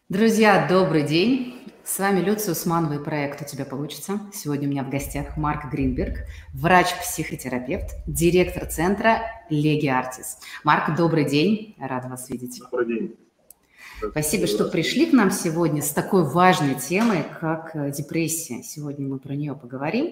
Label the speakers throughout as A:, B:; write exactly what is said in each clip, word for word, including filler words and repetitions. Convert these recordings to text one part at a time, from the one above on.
A: Друзья, добрый день! С вами Люция Усманова и проект «У тебя получится». Сегодня у меня в гостях Марк Гринберг, врач-психотерапевт, директор центра Леги Артис. Марк, добрый день! Рада вас видеть.
B: Добрый день.
A: Спасибо, что пришли к нам сегодня с такой важной темой, как депрессия. Сегодня мы про нее поговорим.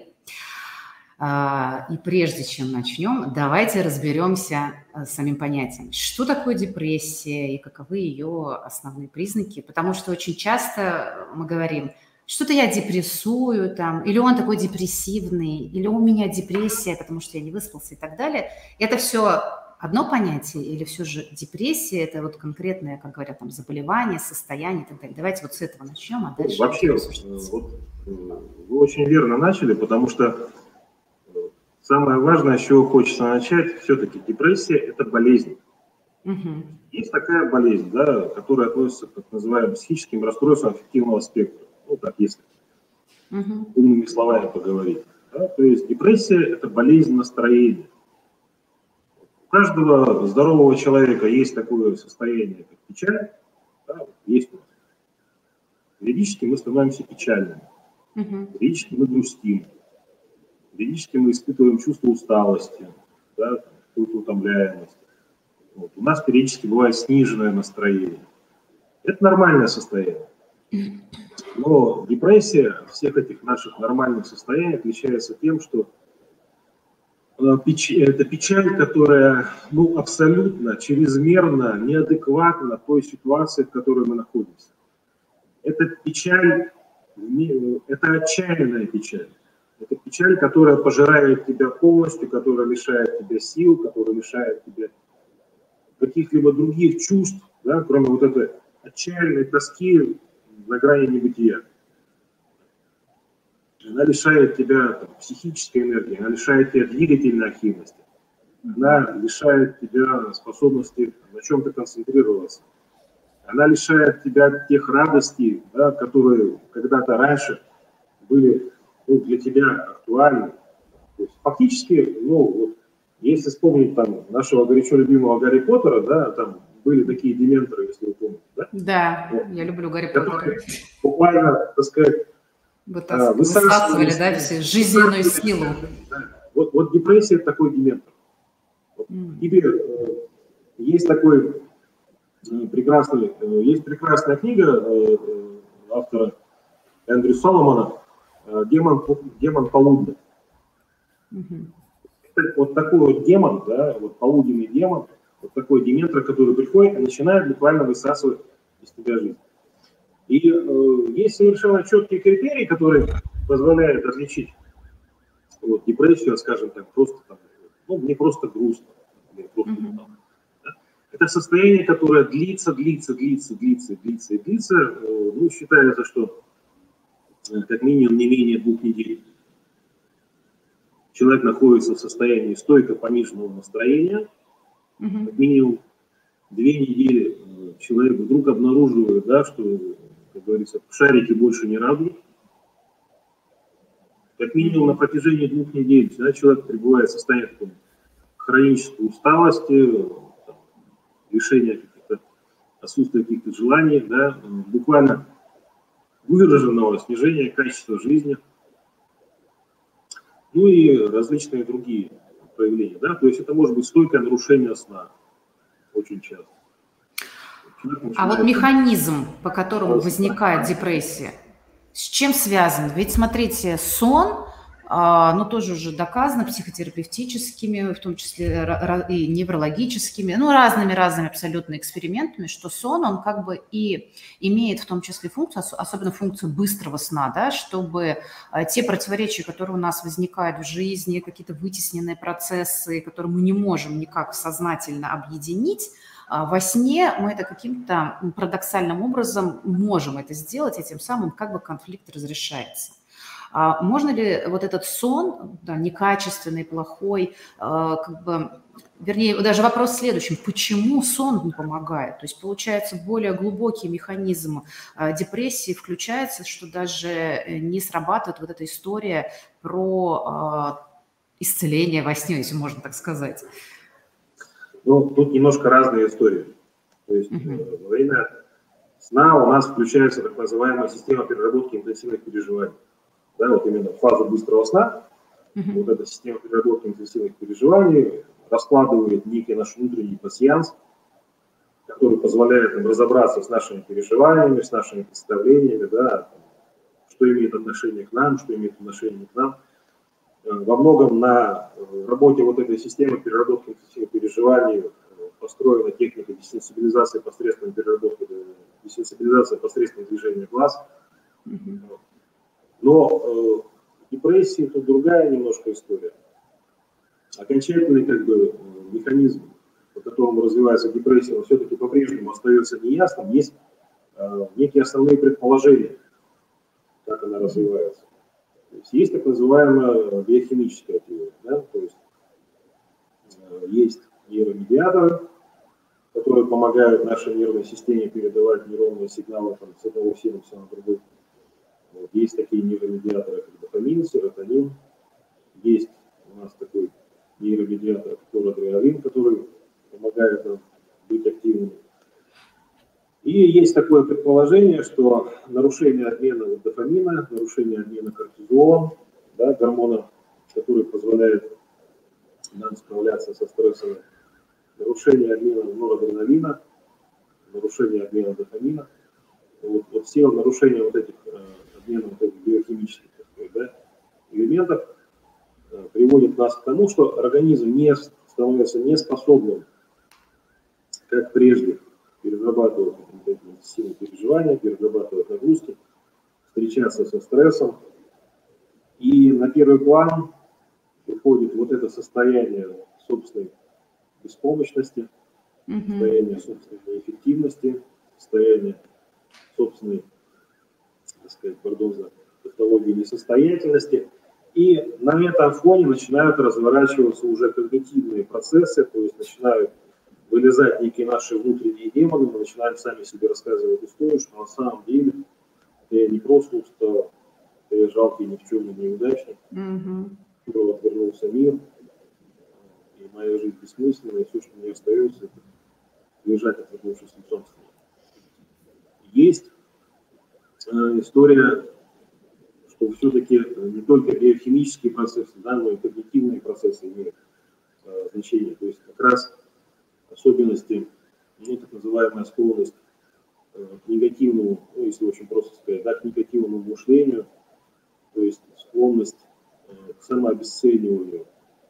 A: И прежде чем начнем, давайте разберемся с самим понятием. Что такое депрессия и каковы ее основные признаки? Потому что очень часто мы говорим, что-то я депрессую, там, или он такой депрессивный, или у меня депрессия, потому что я не выспался и так далее. Это все одно понятие или все же депрессия – это вот конкретное, как говорят, там, заболевание, состояние и так далее. Давайте вот с этого начнем, а дальше…
B: Вообще, вот, вы очень верно начали, потому что самое важное, с чего хочется начать, все-таки депрессия – это болезнь.
A: Угу.
B: Есть такая болезнь, да, которая относится к так называемым психическим расстройствам аффективного спектра. Ну, так если
A: угу.
B: умными словами поговорить. Да? То есть депрессия – это болезнь настроения. У каждого здорового человека есть такое состояние, как печаль. Да? Есть у нас. Периодически мы становимся печальными.
A: Угу.
B: Периодически мы грустим. Периодически мы испытываем чувство усталости, да, какую-то утомляемость. Вот. У нас периодически бывает сниженное настроение. Это нормальное состояние. Но депрессия всех этих наших нормальных состояний отличается тем, что это печаль, которая ну, абсолютно, чрезмерно, неадекватна той ситуации, в которой мы находимся. Это печаль, это отчаянная печаль. Это печаль, которая пожирает тебя полностью, которая лишает тебя сил, которая лишает тебя каких-либо других чувств, да, кроме вот этой отчаянной тоски на грани небытия. Она лишает тебя там, психической энергии, она лишает тебя двигательной активности, она лишает тебя способности на чем-то концентрироваться, она лишает тебя тех радостей, да, которые когда-то раньше были ну, для тебя актуальны. То есть, фактически, ну, вот, если вспомнить там нашего горячо любимого Гарри Поттера, да, там были такие дементоры, если вы помните, да?
A: Да, вот. Я люблю Гарри Поттера.
B: Буквально, так сказать,
A: высасывали, высасывали, да, все жизненную силу.
B: Да. Вот, вот депрессия – это такой дементор. Вот. Mm. Теперь э, есть такой э, прекрасный, э, есть прекрасная книга э, автора Эндрю Соломона «Демон, демон полудня».
A: Mm-hmm.
B: Это вот такой вот демон, да, вот полуденный демон, вот такой дементор, который приходит и начинает буквально высасывать из тебя жизнь. И э, есть совершенно четкие критерии, которые позволяют отличить вот, депрессию, скажем так, просто там, ну, мне просто грустно. Мне просто, mm-hmm. там, да? Это состояние, которое длится, длится, длится, длится, длится и длится. Э, ну, считается, что э, как минимум не менее двух недель человек находится в состоянии стойко пониженного настроения. Mm-hmm. Как минимум две недели э, человек вдруг обнаруживает, да, что, как говорится, шарики больше не радуют. Как минимум на протяжении двух недель да, человек пребывает в состоянии такой хронической усталости, там, лишения каких-то, отсутствия каких-то желаний, да, буквально выраженного снижения качества жизни, ну и различные другие проявления. Да? То есть это может быть стойкое нарушение сна очень часто.
A: А вот механизм, по которому возникает депрессия, с чем связан? Ведь, смотрите, сон, ну, тоже уже доказано психотерапевтическими, в том числе и неврологическими, ну, разными-разными абсолютно экспериментами, что сон, он как бы и имеет в том числе функцию, особенно функцию быстрого сна, да, чтобы те противоречия, которые у нас возникают в жизни, какие-то вытесненные процессы, которые мы не можем никак сознательно объединить, во сне мы это каким-то парадоксальным образом можем это сделать, и тем самым как бы конфликт разрешается. А можно ли вот этот сон, да, некачественный, плохой, как бы, вернее, даже вопрос в следующем, почему сон не помогает? То есть, получается, более глубокий механизм депрессии включается, что даже не срабатывает вот эта история про исцеление во сне, если можно так сказать.
B: Ну, тут немножко разные истории. То есть uh-huh. во время сна у нас включается так называемая система переработки интенсивных переживаний. Да, вот именно фаза быстрого сна, mm-hmm. вот эта система переработки интенсивных переживаний раскладывает некий наш внутренний пассианс, который позволяет нам разобраться с нашими переживаниями, с нашими представлениями, да, что имеет отношение к нам, что имеет отношение не к нам. Во многом на работе вот этой системы переработки интенсивных переживаний построена техника десенсибилизации посредством переработки, десенсибилизации посредством движения глаз. Mm-hmm. Но э, депрессия – это другая немножко история. Окончательный как бы механизм, по которому развивается депрессия, он все-таки по-прежнему остается неясным. Есть э, некие основные предположения, как она развивается. То есть, есть так называемая биохимическая теория, да? То есть э, есть нейромедиаторы, которые помогают нашей нервной системе передавать нейронные сигналы там, с одного синапса на другой. Вот. Есть такие нейромедиаторы, как дофамин, серотонин. Есть у нас такой нейромедиатор, как норадреналин, который помогает нам быть активными. И есть такое предположение, что нарушение обмена вот дофамина, нарушение обмена кортизола, да, гормона, который позволяет нам справляться со стрессами, нарушение обмена норадреналина, нарушение обмена дофамина, вот, вот все нарушения вот этих э, обмена вот этих биохимических, да, элементов э, приводят нас к тому, что организм не становится неспособным, как прежде, перерабатывать эти силы переживания, перерабатывать нагрузки, встречаться со стрессом. И на первый план выходит вот это состояние собственной беспомощности, mm-hmm. состояние собственной неэффективности, состояние собственной, так сказать, пардон за тавтологию, несостоятельности. И на этом фоне начинают разворачиваться уже когнитивные процессы, то есть начинают вылезать некие наши внутренние демоны, мы начинаем сами себе рассказывать историю, что на самом деле я не просто устал, я жалкий, никчемный неудачник, mm-hmm. которого отвернулся мир, и моя жизнь бессмысленна, и все, что мне остается, это лежать, отвернувшись лицом к ней. Есть э, история, что все-таки не только биохимические процессы, да, но и когнитивные процессы имеют э, значение. То есть как раз особенности, ну, так называемая склонность э, к негативному, ну, если очень просто сказать, да, к негативному мышлению, то есть склонность э, к самообесцениванию,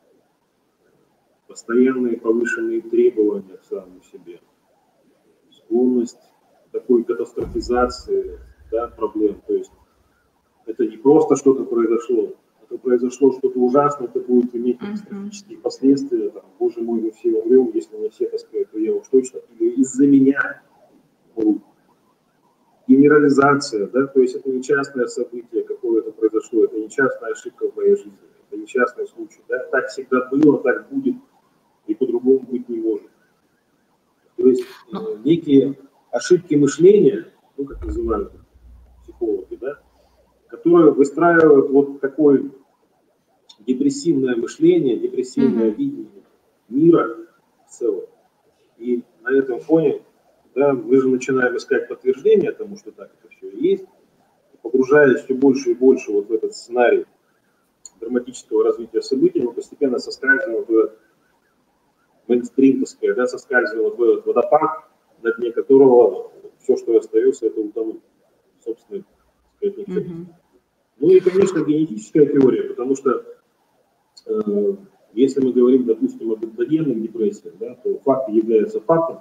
B: постоянные повышенные требования к самому себе, склонность к такой катастрофизации, да, проблем. То есть это не просто что-то произошло, это произошло что-то ужасное, это будет иметь катастрофические последствия. Там, боже мой, мы все умрем, если не все, так сказать, то я уж точно, или из-за меня. Ну, генерализация, да, то есть это не частное событие, какое-то произошло, это не частная ошибка в моей жизни, это не частный случай. Да? Так всегда было, так будет, и по-другому быть не может. То есть э, некие ошибки мышления, ну, как называют психологи, да, которые выстраивают вот такое депрессивное мышление, депрессивное mm-hmm. видение мира в целом. И на этом фоне, да, мы же начинаем искать подтверждение тому, что так это все и есть, и погружаясь все больше и больше вот в этот сценарий драматического развития событий, мы постепенно соскальзываем в мейнстримовское, да, соскальзываем в этот водопад, на дне которого все, что остается, это утонуть, собственно, сказать, mm-hmm. Ну и, конечно, генетическая теория, потому что э, если мы говорим, допустим, об эндогенных депрессиях, да, то факт является фактом.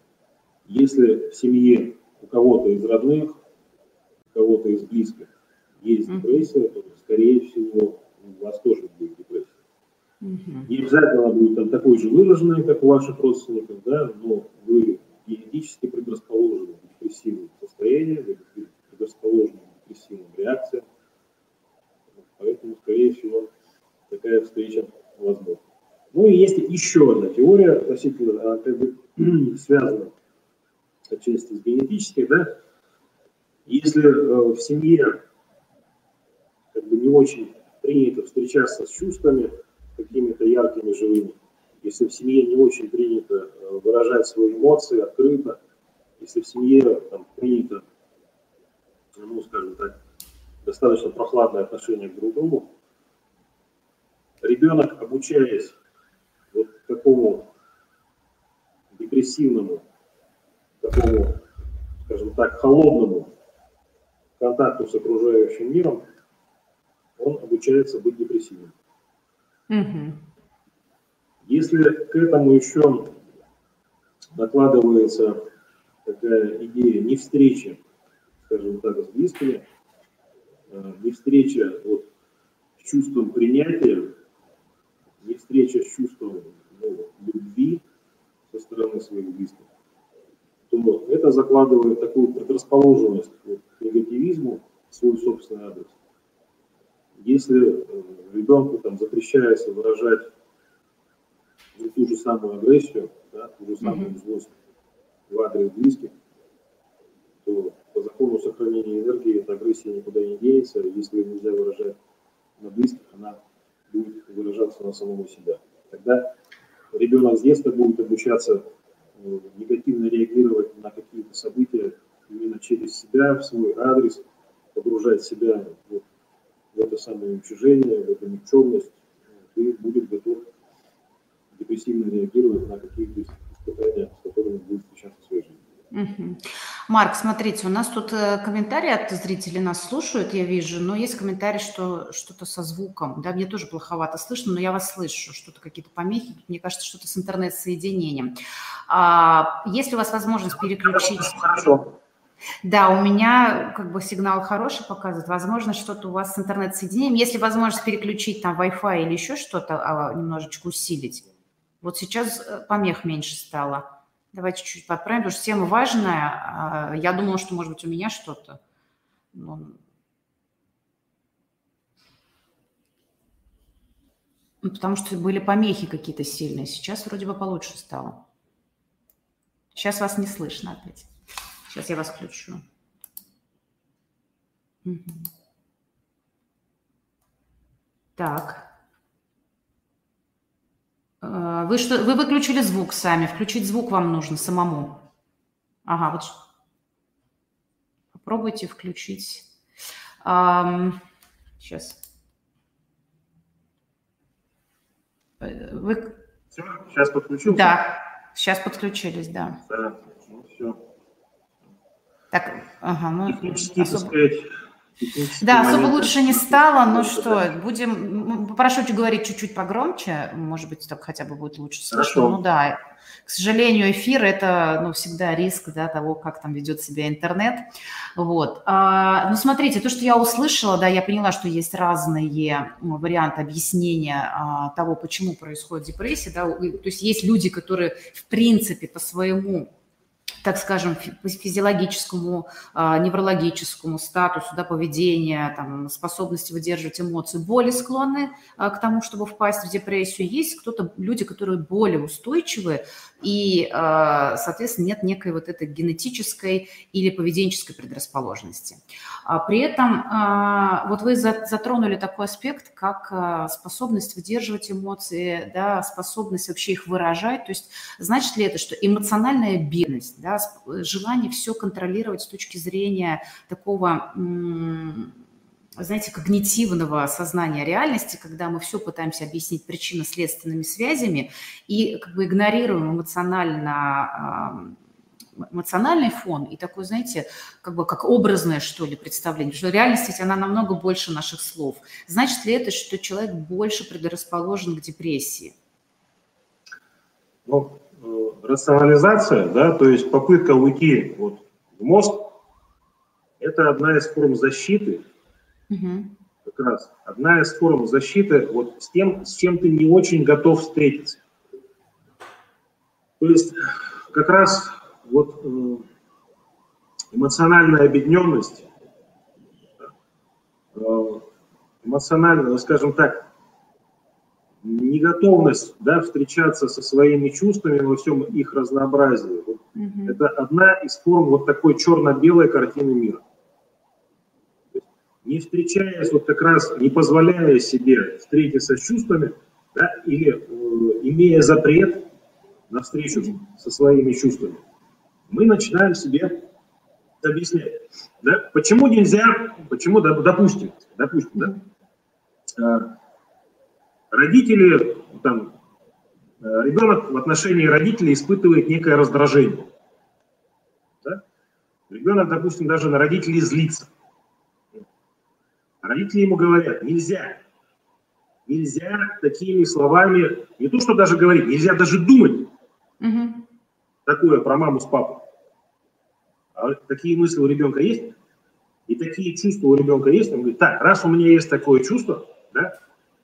B: Если в семье у кого-то из родных, у кого-то из близких есть mm-hmm. депрессия, то, скорее всего, у вас тоже будет депрессия. Mm-hmm. Не обязательно она будет там такой же выраженной, как у ваших родственников, да, но вы генетически предрасположены к депрессивным состояниям, вы предрасположены к депрессивным реакциям. Поэтому, скорее всего, такая встреча возможна. Ну и есть еще одна теория, относительно, она как бы связана отчасти с генетической, да. Если э, в семье как бы не очень принято встречаться с чувствами какими-то яркими, живыми, если в семье не очень принято э, выражать свои эмоции открыто, если в семье там, принято, ну, скажем так, достаточно прохладное отношение к друг другу, ребенок, обучаясь вот такому депрессивному, такому, скажем так, холодному контакту с окружающим миром, он обучается быть депрессивным.
A: Mm-hmm.
B: Если к этому еще накладывается такая идея не встречи, скажем так, с близкими, не встреча вот, с чувством принятия, не встреча с чувством ну, любви со стороны своих близких, то это закладывает такую предрасположенность вот, к негативизму в свой собственный адрес. Если э, ребенку там, запрещается выражать ну, ту же самую агрессию, да, ту же самую mm-hmm. злость в адрес близких, то по закону сохранения энергии эта агрессия никуда не денется. Если нельзя выражать на близких, она будет выражаться на самого себя. Тогда ребенок с детства будет обучаться э, негативно реагировать на какие-то события именно через себя, в свой адрес, погружать себя вот, в это самое уничижение, в эту никчемность, и будет готов депрессивно реагировать на какие-то испытания, с которыми будет встречаться в своей жизни.
A: Угу. Марк, смотрите, у нас тут комментарии от зрителей нас слушают, я вижу, но есть комментарий, что что-то со звуком, да, мне тоже плоховато слышно, но я вас слышу, что-то какие-то помехи, мне кажется, что-то с интернет-соединением. А, есть ли у вас возможность переключить?
B: Хорошо.
A: Да, у меня как бы сигнал хороший показывает, возможно, что-то у вас с интернет-соединением, если возможность переключить там Wi-Fi или еще что-то, а, немножечко усилить. Вот сейчас помех меньше стало. Давайте чуть-чуть подправим, потому что тема важная. Я думала, что, может быть, у меня что-то. Но... Ну, потому что были помехи какие-то сильные. Сейчас вроде бы получше стало. Сейчас вас не слышно опять. Сейчас я вас включу. Угу. Так. Вы, что, вы выключили звук сами. Включить звук вам нужно самому. Ага, вот. Попробуйте включить. Um, сейчас. Вы...
B: Все, сейчас подключился?
A: Да, сейчас подключились, да.
B: Да, ну все.
A: Так, ага, ну...
B: Технически,
A: особо...
B: так сказать...
A: Да, особо лучше не стало, но что, будем, попрошу говорить чуть-чуть погромче, может быть, так хотя бы будет лучше слышно.
B: Хорошо.
A: Ну да, к сожалению, эфир – это ну, всегда риск да, того, как там ведет себя интернет. Вот. А, ну, смотрите, то, что я услышала, да, я поняла, что есть разные ну, варианты объяснения а, того, почему происходит депрессия. Да, то есть есть люди, которые, в принципе, по своему... так скажем, физиологическому, неврологическому статусу, да, поведения, там, способности выдерживать эмоции, более склонны к тому, чтобы впасть в депрессию. Есть кто-то, люди, которые более устойчивы, и, соответственно, нет некой вот этой генетической или поведенческой предрасположенности. При этом вот вы затронули такой аспект, как способность выдерживать эмоции, да, способность вообще их выражать. То есть значит ли это, что эмоциональная бедность, да, желание все контролировать с точки зрения такого, знаете, когнитивного осознания реальности, когда мы все пытаемся объяснить причинно-следственными связями и как бы игнорируем эмоционально, эмоциональный фон и такой, знаете, как бы как образное, что ли, представление, потому что реальность ведь она намного больше наших слов. Значит ли это, что человек больше предрасположен к депрессии?
B: Ну, рационализация, да, то есть попытка уйти вот в мозг, это одна из форм защиты, угу. как раз одна из форм защиты вот с тем, с чем ты не очень готов встретиться. То есть как раз вот эмоциональная объединенность, эмоциональная, скажем так, неготовность, да, встречаться со своими чувствами во всем их разнообразии. Вот mm-hmm. Это одна из форм вот такой черно-белой картины мира. Не встречаясь, вот как раз не позволяя себе встретиться с чувствами, да, или э, имея запрет на встречу mm-hmm. со своими чувствами, мы начинаем себе объяснять, да, почему нельзя, почему, допустим, допустим, да, родители, там, ребенок в отношении родителей испытывает некое раздражение. Да? Ребенок, допустим, даже на родителей злится. Родители ему говорят, нельзя, нельзя такими словами, не то что даже говорить, нельзя даже думать угу. такое про маму с папой. А такие мысли у ребенка есть, и такие чувства у ребенка есть. Он говорит, так, раз у меня есть такое чувство, да,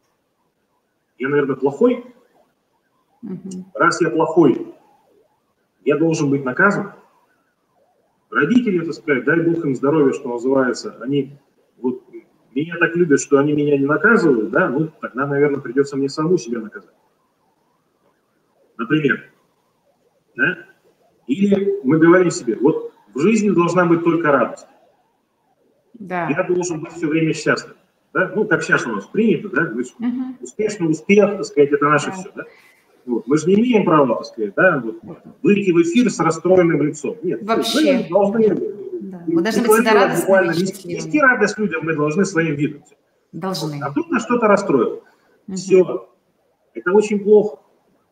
B: я, наверное, плохой. Угу. Раз я плохой, я должен быть наказан. Родители, так сказать, дай Бог им здоровья, что называется, они вот меня так любят, что они меня не наказывают, да, ну, тогда, наверное, придется мне саму себя наказать. Например, да? Или мы говорим себе, вот в жизни должна быть только радость. Да. Я должен быть все время счастлив. Да? Ну, как сейчас у нас принято, да, угу. успешный успех, так сказать, это наше да. все, да. Вот. Мы же не имеем права, так сказать, да, вот, выйти в эфир с расстроенным лицом. Нет,
A: вообще.
B: Мы должны,
A: да. мы должны быть всегда радостными.
B: Нести, нести радость людям мы должны своим видом.
A: Должны.
B: А тут нас что-то расстроило. Угу. Все. Это очень плохо.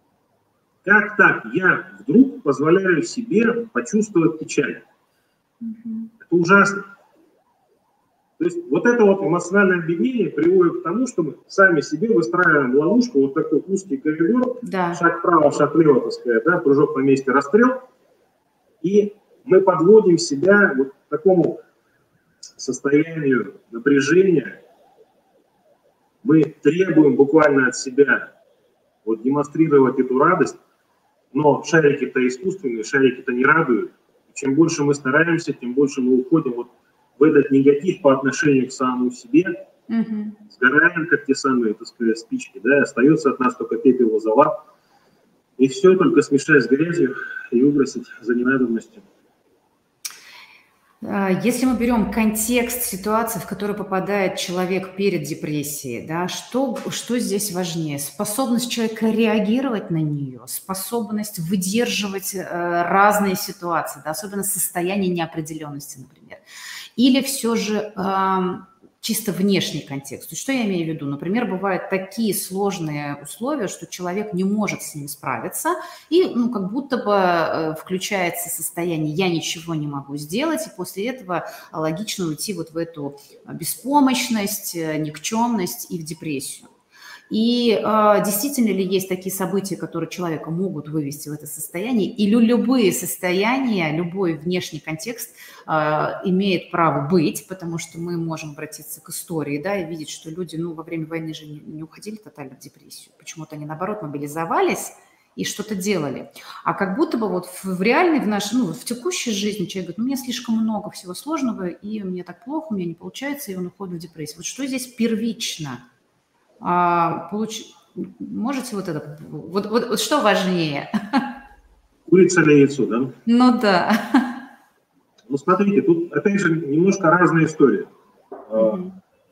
B: Как так я вдруг позволяю себе почувствовать печаль? Угу. Это ужасно. То есть вот это вот эмоциональное объединение приводит к тому, что мы сами себе выстраиваем ловушку, вот такой узкий коридор, да. шаг вправо, шаг влево, так сказать, да, прыжок по месте, расстрел, и мы подводим себя вот к такому состоянию напряжения, мы требуем буквально от себя вот демонстрировать эту радость, но шарики-то искусственные, шарики-то не радуют. И чем больше мы стараемся, тем больше мы уходим вот в этот негатив по отношению к самому себе, угу. сгораем, как те самые, так сказать, спички, да, остается от нас только пепел и зола, и все только смешать с грязью и выбросить за ненадобностью.
A: Если мы берем контекст ситуации, в которую попадает человек перед депрессией, да, что, что здесь важнее? Способность человека реагировать на нее, способность выдерживать э, разные ситуации, да, особенно состояние неопределенности, например. Или все же э, чисто внешний контекст. То есть, что я имею в виду? Например, бывают такие сложные условия, что человек не может с ним справиться, и ну, как будто бы э, включается состояние «я ничего не могу сделать», и после этого логично уйти вот в эту беспомощность, никчемность и в депрессию. И э, действительно ли есть такие события, которые человека могут вывести в это состояние, или любые состояния, любой внешний контекст э, имеет право быть, потому что мы можем обратиться к истории, да, и видеть, что люди, ну, во время войны же не, не уходили тотально в депрессию, почему-то они, наоборот, мобилизовались и что-то делали. А как будто бы вот в, в реальной, в нашей, ну, в текущей жизни человек говорит, ну, у меня слишком много всего сложного, и мне так плохо, у меня не получается, и он уходит в депрессию. Вот что здесь первично? А, получ... Можете вот это, вот, вот, вот что важнее?
B: Курица или яйцо, да?
A: Ну да.
B: Ну смотрите, тут опять же немножко разная история. Mm-hmm.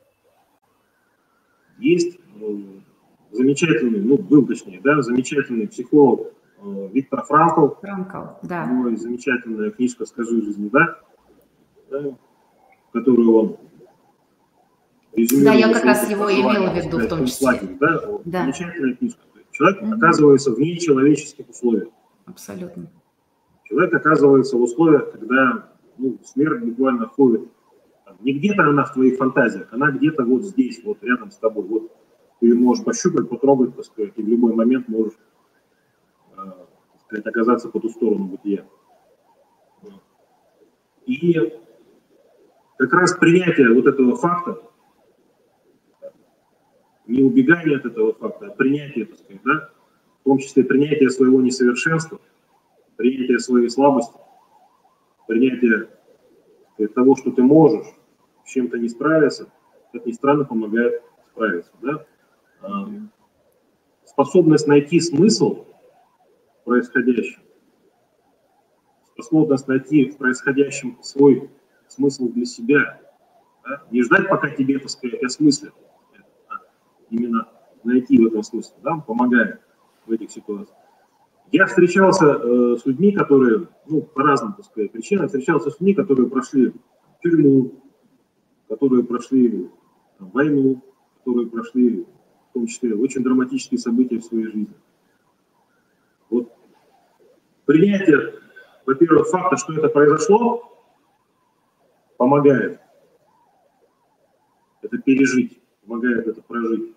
B: Есть замечательный, ну был точнее, да, замечательный психолог Виктор Франкл.
A: Франкл, да.
B: Мой замечательная книжка «Скажи жизни, да», да, которую он
A: Да, я как раз его имела в виду в том числе.
B: Да? Да. Замечательная книжка. Человек mm-hmm. оказывается в нечеловеческих условиях.
A: Абсолютно.
B: Человек оказывается в условиях, когда ну, смерть буквально ходит. Не где-то она в твоих фантазиях, она где-то вот здесь, вот рядом с тобой. Вот ты можешь пощупать, потрогать, так сказать, и в любой момент можешь э, так сказать, оказаться по ту сторону бытия. И как раз принятие вот этого факта, не убегание от этого факта, а принятие, так сказать, да, в том числе принятие своего несовершенства, принятие своей слабости, принятие сказать, того, что ты можешь с чем-то не справиться, как ни странно, помогает справиться. Да? А, способность найти смысл в происходящем, способность найти в происходящем свой смысл для себя, да? Не ждать, пока тебе, так сказать, осмыслят. Именно найти в этом смысл, да, помогает в этих ситуациях. Я встречался э, с людьми, которые, ну, по разным, так сказать, причинам, встречался с людьми, которые прошли тюрьму, которые прошли там, войну, которые прошли, в том числе, очень драматические события в своей жизни. Вот принятие, во-первых, факта, что это произошло, помогает это пережить, помогает это прожить.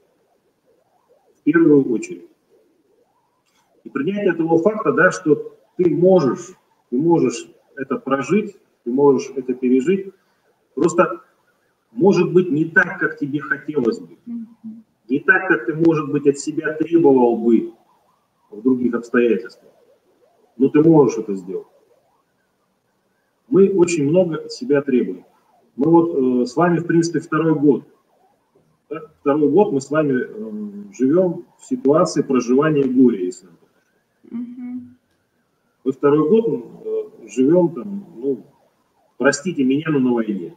B: В первую очередь. И принятие того факта, да, что ты можешь, ты можешь это прожить, ты можешь это пережить, просто может быть не так, как тебе хотелось бы, не так, как ты, может быть, от себя требовал бы в других обстоятельствах, но ты можешь это сделать. Мы очень много от себя требуем. Мы вот э, с вами, в принципе, второй год. Да? Второй год мы с вами э, живем в ситуации проживания горя, если это. Mm-hmm. Мы второй год э, живем там, ну, простите меня, но на войне.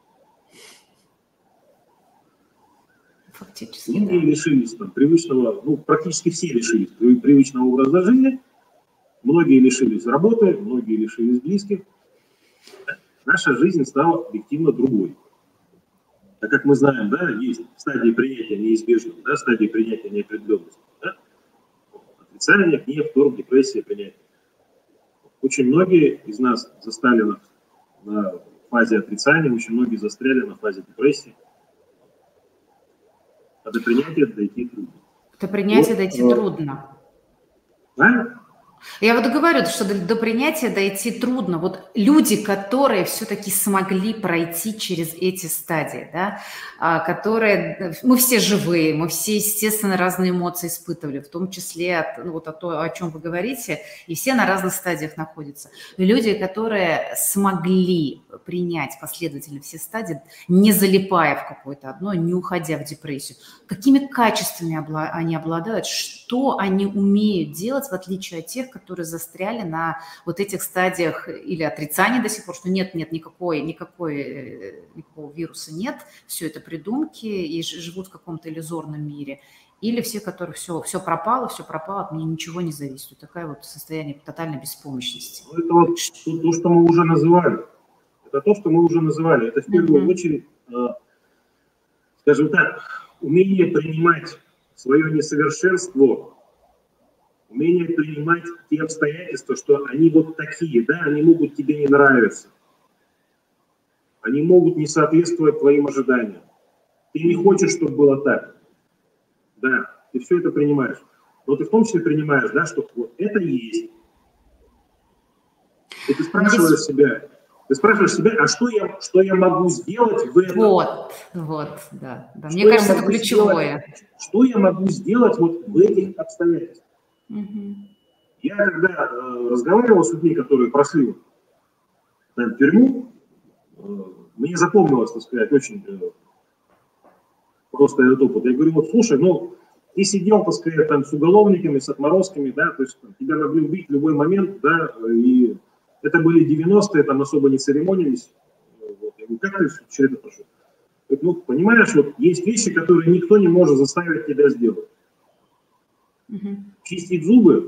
A: Фактически,
B: Многие
A: да.
B: лишились там привычного, ну, практически все лишились привычного образа жизни. Многие лишились работы, многие лишились близких. Наша жизнь стала объективно другой. Так как мы знаем, да, есть стадии принятия неизбежного, да, стадии принятия неопределенности. Да? Отрицание, гнев, торг, депрессия, принятие. Очень многие из нас застали на, на фазе отрицания, очень многие застряли на фазе депрессии. А до принятия дойти трудно.
A: До принятия
B: вот,
A: дойти
B: э,
A: трудно.
B: Да?
A: Я вот говорю, что до, до принятия дойти трудно. Вот люди, которые все-таки смогли пройти через эти стадии, да, которые... Мы все живые, мы все, естественно, разные эмоции испытывали, в том числе от, ну, вот о том, о чем вы говорите, и все на разных стадиях находятся. Но люди, которые смогли принять последовательно все стадии, не залипая в какое-то одно, не уходя в депрессию, какими качествами обла- они обладают, что они умеют делать, в отличие от тех, которые застряли на вот этих стадиях или отрицания до сих пор, что нет, нет, никакой, никакой, никакого вируса нет, все это придумки и живут в каком-то иллюзорном мире. Или все, которые все, все пропало, все пропало, от меня ничего не зависит. Вот такое вот состояние тотальной беспомощности.
B: Ну, это вот то, что мы уже называли. Это то, что мы уже называли. Это в первую mm-hmm. очередь, скажем так, умение принимать свое несовершенство, умение принимать те обстоятельства, что они вот такие, да, они могут тебе не нравиться. Они могут не соответствовать твоим ожиданиям. Ты не хочешь, чтобы было так. Да, ты все это принимаешь. Но ты в том числе принимаешь, да, что вот это есть. И ты спрашиваешь себя, ты спрашиваешь себя, а что я, что я могу сделать в этом?
A: Вот, вот, да. да. Мне кажется, это ключевое.
B: Сделать, что я могу сделать вот в этих обстоятельствах?
A: Угу.
B: Я когда э, разговаривал с людьми, которые прошли наверное, тюрьму, э, мне запомнилось, так сказать, очень э, просто этот опыт. Я говорю, вот слушай, ну, ты сидел, так сказать, там с уголовниками, с отморозками, да, то есть там, тебя могли убить в любой момент, да, и это были девяностые, там особо не церемонились. Вот. Я говорю, как ты через это прошел? Ну, понимаешь, вот есть вещи, которые никто не может заставить тебя сделать.
A: Угу.
B: Чистить зубы,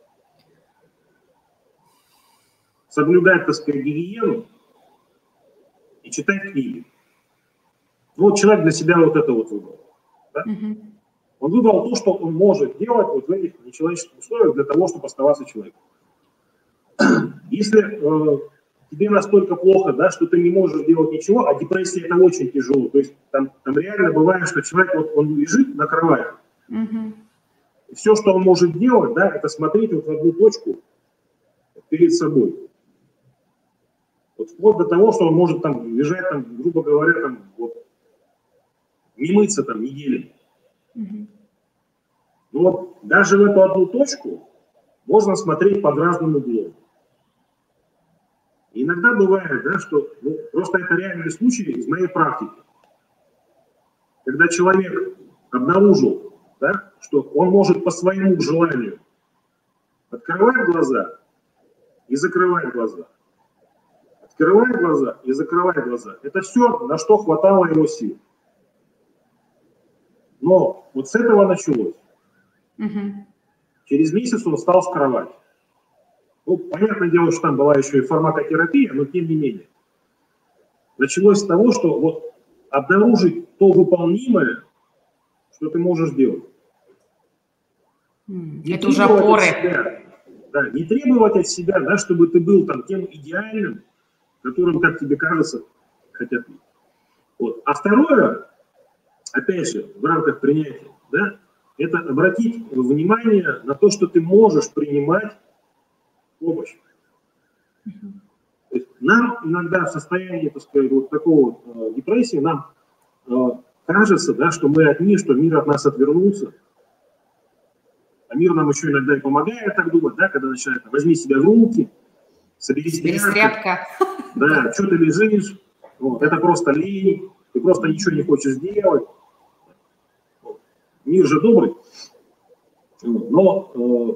B: соблюдать, так сказать, гигиену и читать книги. Ну, вот человек для себя вот это вот выбрал. Да? Uh-huh. Он выбрал то, что он может делать вот в этих нечеловеческих условиях для того, чтобы оставаться человеком. Если э, тебе настолько плохо, да, что ты не можешь делать ничего, а депрессия это очень тяжело. То есть там, там реально бывает, что человек вот, он лежит на кровати. Uh-huh. И все, что он может делать, да, это смотреть вот в одну точку перед собой. Вот вплоть до того, что он может там лежать, там, грубо говоря, там, вот, не мыться там неделями. Mm-hmm. Но вот даже в эту одну точку можно смотреть под разным углом. И иногда бывает, да, что ну, просто это реальный случай из моей практики. Когда человек обнаружил, да, что он может по своему желанию открывать глаза и закрывать глаза. Открывать глаза и закрывать глаза. Это все, на что хватало его сил. Но вот с этого началось.
A: Uh-huh.
B: Через месяц он встал с кровати. Ну, понятное дело, что там была еще и фармакотерапия, но тем не менее. Началось с того, что вот обнаружить то выполнимое, что ты можешь делать.
A: Не Это уже опоры.
B: Себя, да, не требовать от себя, да, чтобы ты был там тем идеальным, которым, как тебе кажется, хотят. Вот. А второе, опять же, в рамках принятия, да, это обратить внимание на то, что ты можешь принимать помощь. Uh-huh. То есть нам иногда в состоянии, так сказать, вот такого э, депрессии, нам э, кажется, да, что мы от мира, что мир от нас отвернулся. А мир нам еще иногда и помогает так думать, да, когда начинает, возьми себя в руки, соберись тряпка. Да, что ты лежишь, вот, это просто лень, ты просто ничего не хочешь делать. Вот. Мир же добрый. Но э,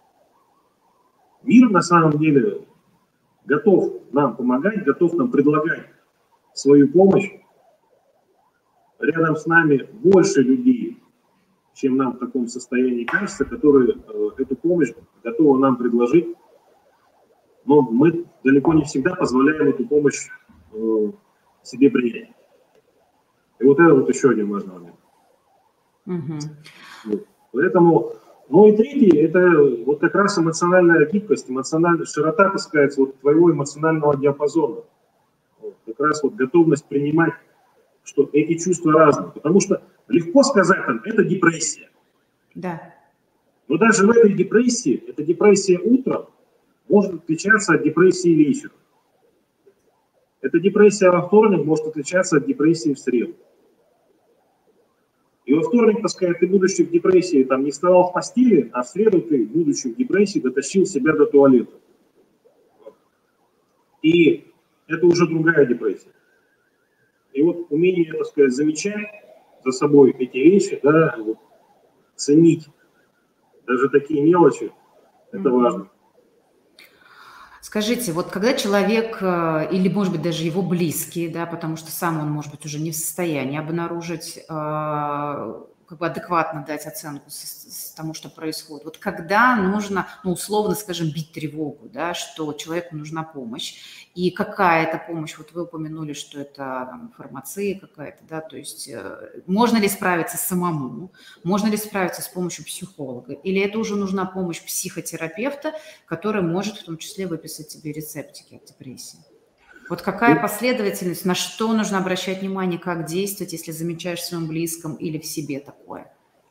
B: мир на самом деле готов нам помогать, готов нам предлагать свою помощь. Рядом с нами больше людей, чем нам в таком состоянии кажется, которые э, эту помощь готовы нам предложить. Но мы далеко не всегда позволяем эту помощь э, себе принять. И вот это вот еще один важный момент. Uh-huh. Вот. Поэтому, ну и третий, это вот как раз эмоциональная гибкость, эмоциональная широта, так сказать, вот твоего эмоционального диапазона. Вот. Как раз вот готовность принимать, что эти чувства разные. Потому что легко сказать, там, это депрессия.
A: Да.
B: Но даже в этой депрессии, эта депрессия утром может отличаться от депрессии вечером. Эта депрессия во вторник может отличаться от депрессии в среду. И во вторник, так сказать, ты, будучи в депрессии, там, не вставал в постели, а в среду ты, будучи в депрессии, дотащил себя до туалета. И это уже другая депрессия. И вот умение, так сказать, замечать за собой эти вещи, да, вот, ценить даже такие мелочи, это mm-hmm. важно.
A: Скажите, вот когда человек, или, может быть, даже его близкие, да, потому что сам он, может быть, уже не в состоянии обнаружить, как бы адекватно дать оценку с, с тому, что происходит. Вот когда нужно, ну, условно, скажем, бить тревогу, да, что человеку нужна помощь, и какая это помощь, вот вы упомянули, что это там, фармация какая-то, да, то есть можно ли справиться самому, можно ли справиться с помощью психолога, или это уже нужна помощь психотерапевта, который может в том числе выписать тебе рецептики от депрессии? Вот какая последовательность, на что нужно обращать внимание, как действовать, если замечаешь в своем близком или в себе такое?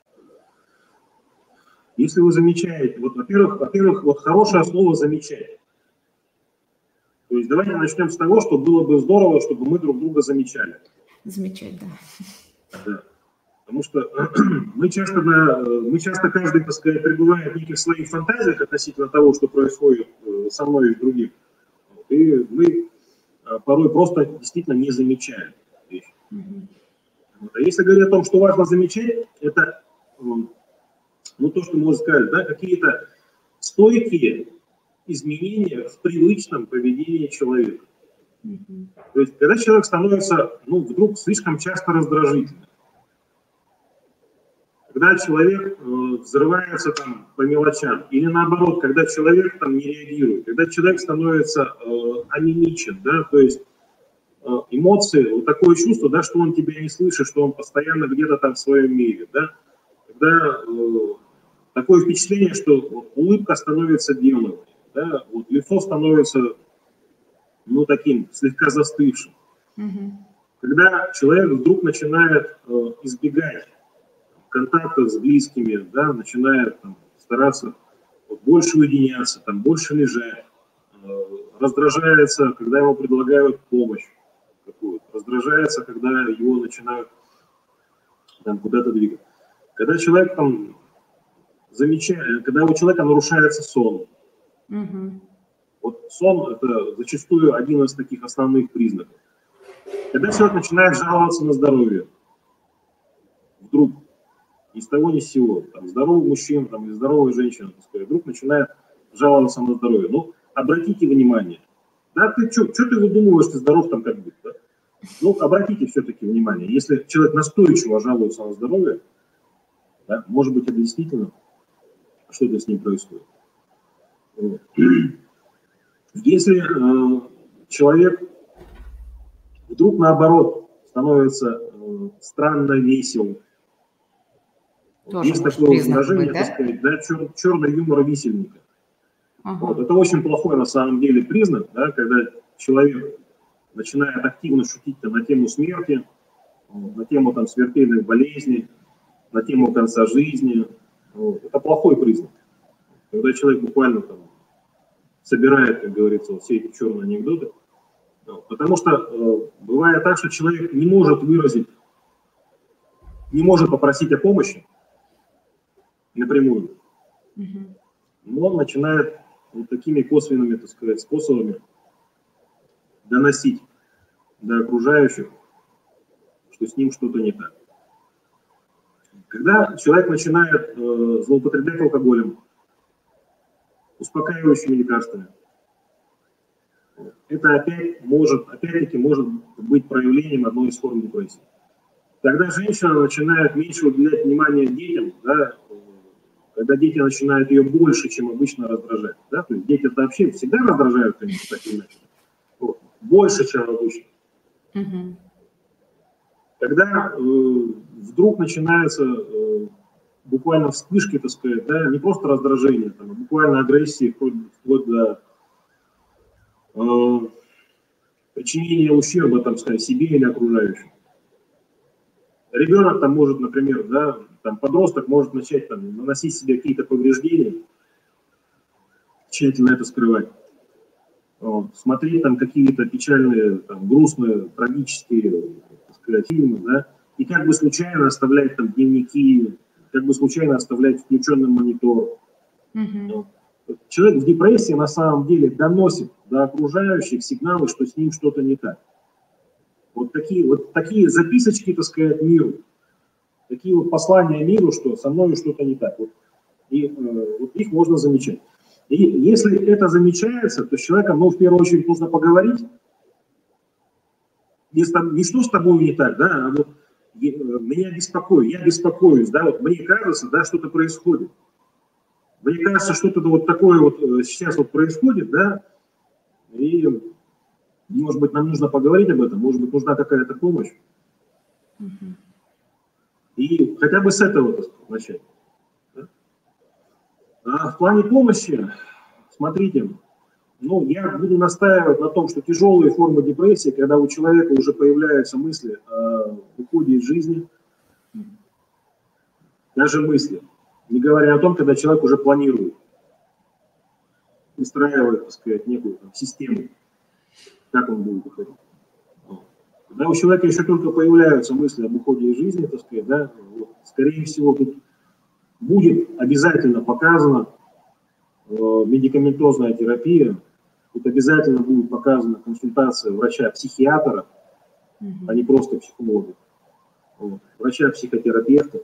B: Если вы замечаете, вот, во-первых, во-первых, вот хорошее слово «замечать». То есть давайте начнем с того, что было бы здорово, чтобы мы друг друга замечали.
A: Замечать, да.
B: Да. Потому что мы часто, мы часто каждый, так сказать, пребывает в неких своих фантазиях относительно того, что происходит со мной и с другим. И мы порой просто действительно не замечаем вещи. Mm-hmm. Вот. А если говорить о том, что важно замечать, это ну, то, что можно сказать, да, какие-то стойкие изменения в привычном поведении человека. Mm-hmm. То есть, когда человек становится, ну, вдруг слишком часто раздражительным, когда человек э, взрывается там по мелочам, или наоборот, когда человек там не реагирует, когда человек становится э, амимичен, да, то есть э, эмоции, вот такое чувство, да, что он тебя не слышит, что он постоянно где-то там в своем мире, да, когда э, такое впечатление, что вот, улыбка становится деловой, да, вот, лицо становится, ну, таким слегка застывшим. Mm-hmm. Когда человек вдруг начинает э, избегать контактов с близкими, да, начинает там, стараться вот, больше уединяться, там, больше лежать, э, раздражается, когда ему предлагают помощь какую-то, раздражается, когда его начинают там, куда-то двигать. Когда человек там замечает, когда у человека нарушается сон. Mm-hmm. Вот сон – это зачастую один из таких основных признаков. Когда человек начинает жаловаться на здоровье, вдруг ни с того ни с сего, там, здоровый мужчина там, или здоровая женщина, так сказать, вдруг начинает жаловаться на здоровье. Ну, обратите внимание. Да, ты что, что ты выдумываешь, ты здоров там как будто? Да? Ну, обратите все-таки внимание. Если человек настойчиво жалуется на здоровье, да, может быть, это действительно что-то с ним происходит. Если э, человек вдруг наоборот становится э, странно весел,
A: тоже
B: есть такое выражение, быть, да? Так сказать, да, чер, черный юмор висельника. Ага. Вот, это очень плохой на самом деле признак, да, когда человек начинает активно шутить там, на тему смерти, на тему там, смертельных болезней, на тему конца жизни. Вот. Это плохой признак. Когда человек буквально там, собирает, как говорится, вот, все эти черные анекдоты. Вот. Потому что э, бывает так, что человек не может выразить, не может попросить о помощи напрямую. Mm-hmm. Но он начинает вот такими косвенными, так сказать, способами доносить до окружающих, что с ним что-то не так. Когда человек начинает э, злоупотреблять алкоголем, успокаивающими лекарствами, это опять может, опять-таки может быть проявлением одной из форм депрессии. Когда женщина начинает меньше уделять внимание детям, да, когда дети начинают ее больше, чем обычно раздражать. Да, то есть дети вообще всегда раздражают, конечно, так или иначе. Вот, больше, чем обычно. Mm-hmm. Когда э, вдруг начинаются э, буквально вспышки, так сказать, да, не просто раздражение, там, а буквально агрессии, вплоть, вплоть до э, причинения ущерба, там, сказать, себе или окружающим. Ребенок там может, например, да, там, подросток может начать там, наносить себе какие-то повреждения, тщательно это скрывать. Вот, смотреть там какие-то печальные, там, грустные, трагические, так сказать, фильмы, да, и как бы случайно оставлять там дневники, как бы случайно оставлять включенным монитор. Mm-hmm. Вот. Человек в депрессии на самом деле доносит до окружающих сигналы, что с ним что-то не так. Вот такие, вот такие записочки, так сказать, миру, такие вот послания миру, что со мной что-то не так. Вот, и э, вот их можно замечать. И если это замечается, то с человеком, ну, в первую очередь, нужно поговорить. Не, не что с тобой не так, да, а вот я, меня беспокоит, я беспокоюсь, да, вот мне кажется, да, что-то происходит. Мне кажется, что-то вот такое вот сейчас вот происходит, да, и, может быть, нам нужно поговорить об этом, может быть, нужна какая-то помощь. Mm-hmm. И хотя бы с этого начать. Да? А в плане помощи, смотрите, ну, я буду настаивать на том, что тяжелые формы депрессии, когда у человека уже появляются мысли о уходе из жизни, даже мысли, не говоря о том, когда человек уже планирует, выстраивает, так сказать, некую там, систему, как он будет уходить. Когда у человека еще только появляются мысли об уходе из жизни, так сказать, да, вот, скорее всего, тут будет обязательно показана э, медикаментозная терапия, тут обязательно будет показана консультация врача-психиатра, mm-hmm. а не просто психолога, вот, врача-психотерапевта.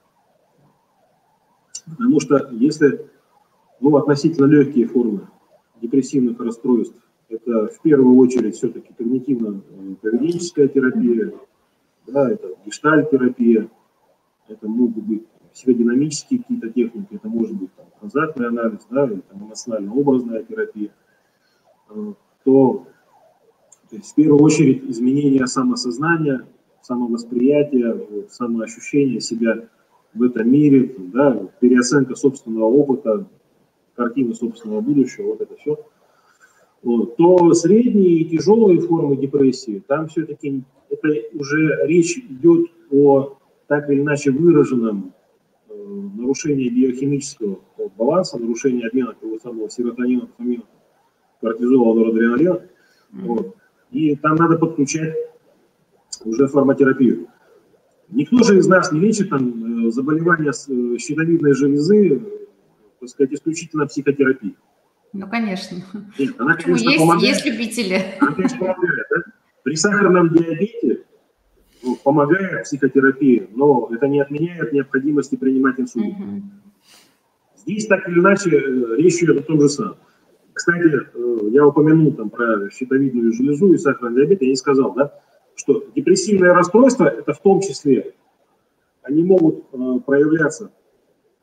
B: Потому что если, ну, относительно легкие формы депрессивных расстройств, это в первую очередь все-таки когнитивно-поведенческая терапия, да, это гештальт-терапия, это могут быть психодинамические какие-то техники, это может быть там, транзактный анализ, да, или эмоционально-образная терапия, то, то есть, в первую очередь изменение самосознания, самовосприятия, самоощущения себя в этом мире, да, переоценка собственного опыта, картина собственного будущего, вот это все. Вот. То средние и тяжелые формы депрессии, там все-таки это уже речь идет о так или иначе выраженном э, нарушении биохимического вот, баланса, нарушении обмена того самого серотонина, дофамина, кортизола, норадреналина. Mm-hmm. Вот. И там надо подключать уже фармотерапию. Никто же из нас не лечит там, заболевания щитовидной железы, так сказать, исключительно психотерапией.
A: Ну, конечно.
B: Нет, она,
A: Почему?
B: конечно,
A: есть,
B: помогает.
A: есть любители.
B: Она, конечно, помогает. Да? При сахарном диабете ну, помогает психотерапия, но это не отменяет необходимости принимать инсулин. Угу. Здесь так или иначе речь идет о том же самом. Кстати, я упомянул там про щитовидную железу и сахарный диабет, я не сказал, да, что депрессивные расстройства, это в том числе, они могут проявляться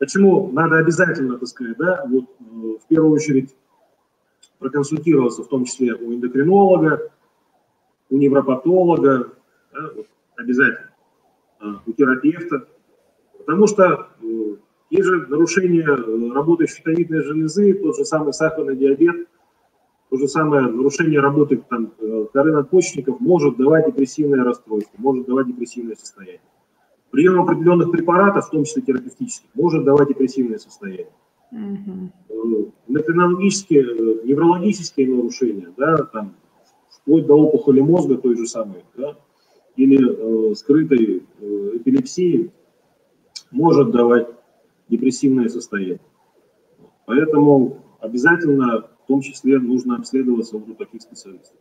B: почему надо обязательно, так сказать, да, вот, в первую очередь проконсультироваться, в том числе у эндокринолога, у невропатолога, да, вот, обязательно, у терапевта, потому что те же нарушения работы щитовидной железы, тот же самый сахарный диабет, то же самое нарушение работы там, коры надпочечников может давать депрессивное расстройство, может давать депрессивное состояние. Прием определенных препаратов, в том числе терапевтических, может давать депрессивное состояние. Mm-hmm. Эндокринологические, неврологические нарушения, да, там, вплоть до опухоли мозга той же самой, да, или э, скрытой э, эпилепсии, может давать депрессивное состояние. Поэтому обязательно, в том числе, нужно обследоваться вот у таких специалистов.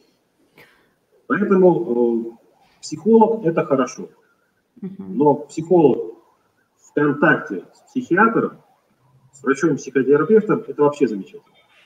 B: Поэтому э, психолог – это хорошо. Но психолог в контакте с психиатром, с врачом-психотерапевтом – это вообще замечательно.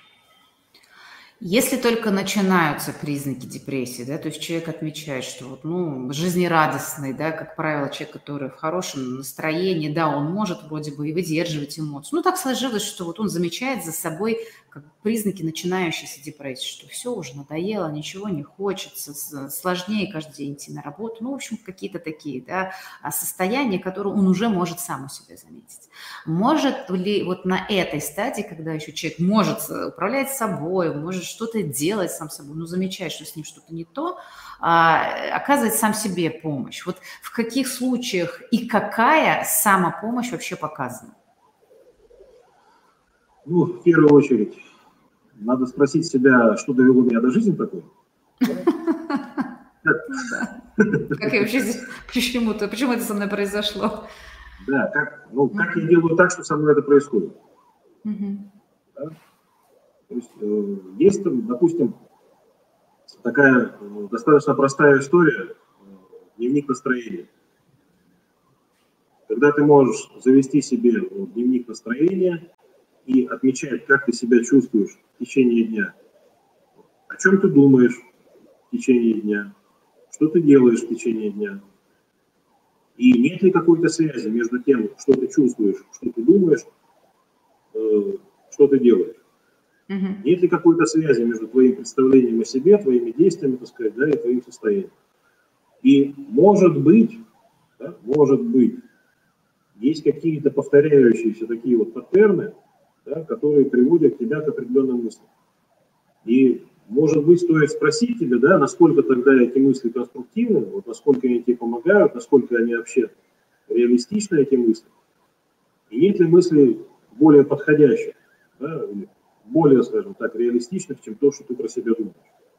A: Если только начинаются признаки депрессии, да, то есть человек отмечает, что вот, ну, жизнерадостный, да, как правило, человек, который в хорошем настроении, да, он может вроде бы и выдерживать эмоции. Ну, так сложилось, что вот он замечает за собой как признаки начинающейся депрессии, что все уже надоело, ничего не хочется, сложнее каждый день идти на работу. Ну, в общем, какие-то такие, да, состояния, которые он уже может сам у себя заметить. Может ли вот на этой стадии, когда еще человек может управлять собой, может что-то делать сам собой, ну, замечает, что с ним что-то не то, а, оказывать сам себе помощь. Вот в каких случаях и какая самопомощь вообще показана?
B: Ну, в первую очередь, надо спросить себя, что довело меня до жизни такой.
A: Как я вообще здесь, почему-то, почему это со мной произошло?
B: Да, как, ну, как я делаю так, что со мной это происходит. То есть, э, есть, допустим, такая э, достаточно простая история, э, дневник настроения. Когда ты можешь завести себе э, дневник настроения и отмечать, как ты себя чувствуешь в течение дня, о чем ты думаешь в течение дня, что ты делаешь в течение дня, и нет ли какой-то связи между тем, что ты чувствуешь, что ты думаешь, э, что ты делаешь. Uh-huh. Нет ли какой-то связи между твоим представлением о себе, твоими действиями, так сказать, да, и твоим состоянием. И может быть, да, может быть, есть какие-то повторяющиеся такие вот паттерны, да, которые приводят тебя к определенным мыслям. И, может быть, стоит спросить тебя, да, насколько тогда эти мысли конструктивны, вот, насколько они тебе помогают, насколько они вообще реалистичны, эти мысли. И нет ли мыслей более подходящих, да, или более, скажем так, реалистичных, чем то, что ты про себя думаешь.